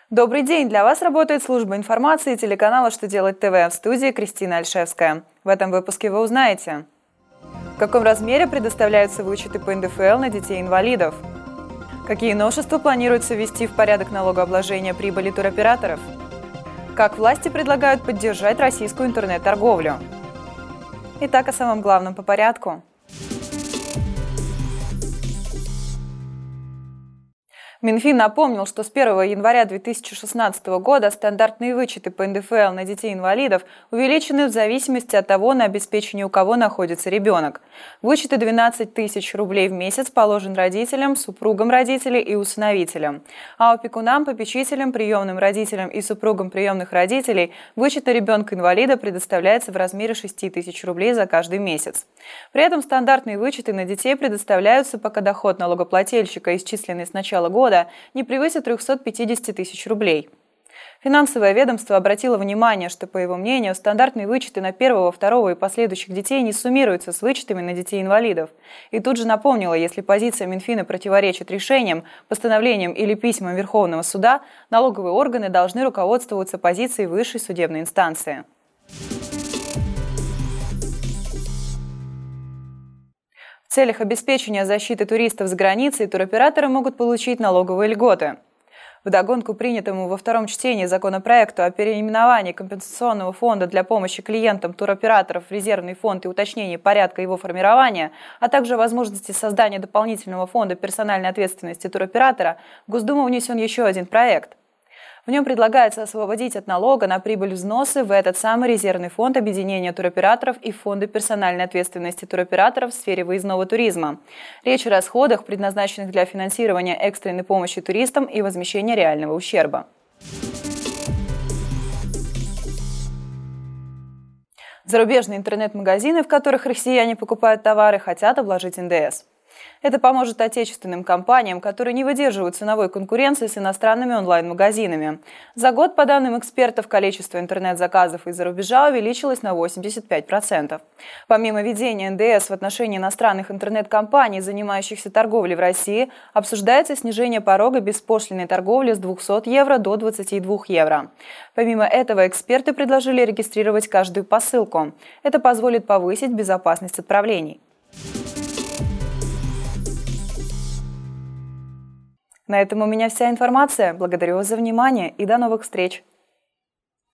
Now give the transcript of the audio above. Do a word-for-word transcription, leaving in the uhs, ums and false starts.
Добрый день! Для вас работает служба информации телеканала «Что делать ТВ», в студии Кристина Альшевская. В этом выпуске вы узнаете: в каком размере предоставляются вычеты по эн дэ эф эл на детей-инвалидов, какие новшества планируется ввести в порядок налогообложения прибыли туроператоров, как власти предлагают поддержать российскую интернет-торговлю. Итак, о самом главном по порядку. Минфин напомнил, что с первого января две тысячи шестнадцатого года стандартные вычеты по эн дэ эф эл на детей-инвалидов увеличены в зависимости от того, на обеспечении у кого находится ребенок. Вычеты двенадцать тысяч рублей в месяц положен родителям, супругам родителей и усыновителям. А опекунам, попечителям, приемным родителям и супругам приемных родителей вычет на ребенка-инвалида предоставляется в размере шести тысяч рублей за каждый месяц. При этом стандартные вычеты на детей предоставляются, пока доход налогоплательщика, исчисленный с начала года, не превысит трёхсот пятидесяти тысяч рублей. Финансовое ведомство обратило внимание, что, по его мнению, стандартные вычеты на первого, второго и последующих детей не суммируются с вычетами на детей-инвалидов. И тут же напомнила, если позиция Минфина противоречит решениям, постановлениям или письмам Верховного суда, налоговые органы должны руководствоваться позицией высшей судебной инстанции. В целях обеспечения защиты туристов за границей туроператоры могут получить налоговые льготы. Вдогонку принятому во втором чтении законопроекту о переименовании компенсационного фонда для помощи клиентам туроператоров в резервный фонд и уточнении порядка его формирования, а также возможности создания дополнительного фонда персональной ответственности туроператора, в Госдуму внесен еще один проект. В нем предлагается освободить от налога на прибыль взносы в этот самый резервный фонд объединения туроператоров и фонды персональной ответственности туроператоров в сфере выездного туризма. Речь о расходах, предназначенных для финансирования экстренной помощи туристам и возмещения реального ущерба. Зарубежные интернет-магазины, в которых россияне покупают товары, хотят обложить эн дэ эс. Это поможет отечественным компаниям, которые не выдерживают ценовой конкуренции с иностранными онлайн-магазинами. За год, по данным экспертов, количество интернет-заказов из-за рубежа увеличилось на восемьдесят пять процентов. Помимо введения эн дэ эс в отношении иностранных интернет-компаний, занимающихся торговлей в России, обсуждается снижение порога беспошлинной торговли с двухсот евро до двадцати двух евро. Помимо этого, эксперты предложили регистрировать каждую посылку. Это позволит повысить безопасность отправлений. На этом у меня вся информация. Благодарю вас за внимание и до новых встреч!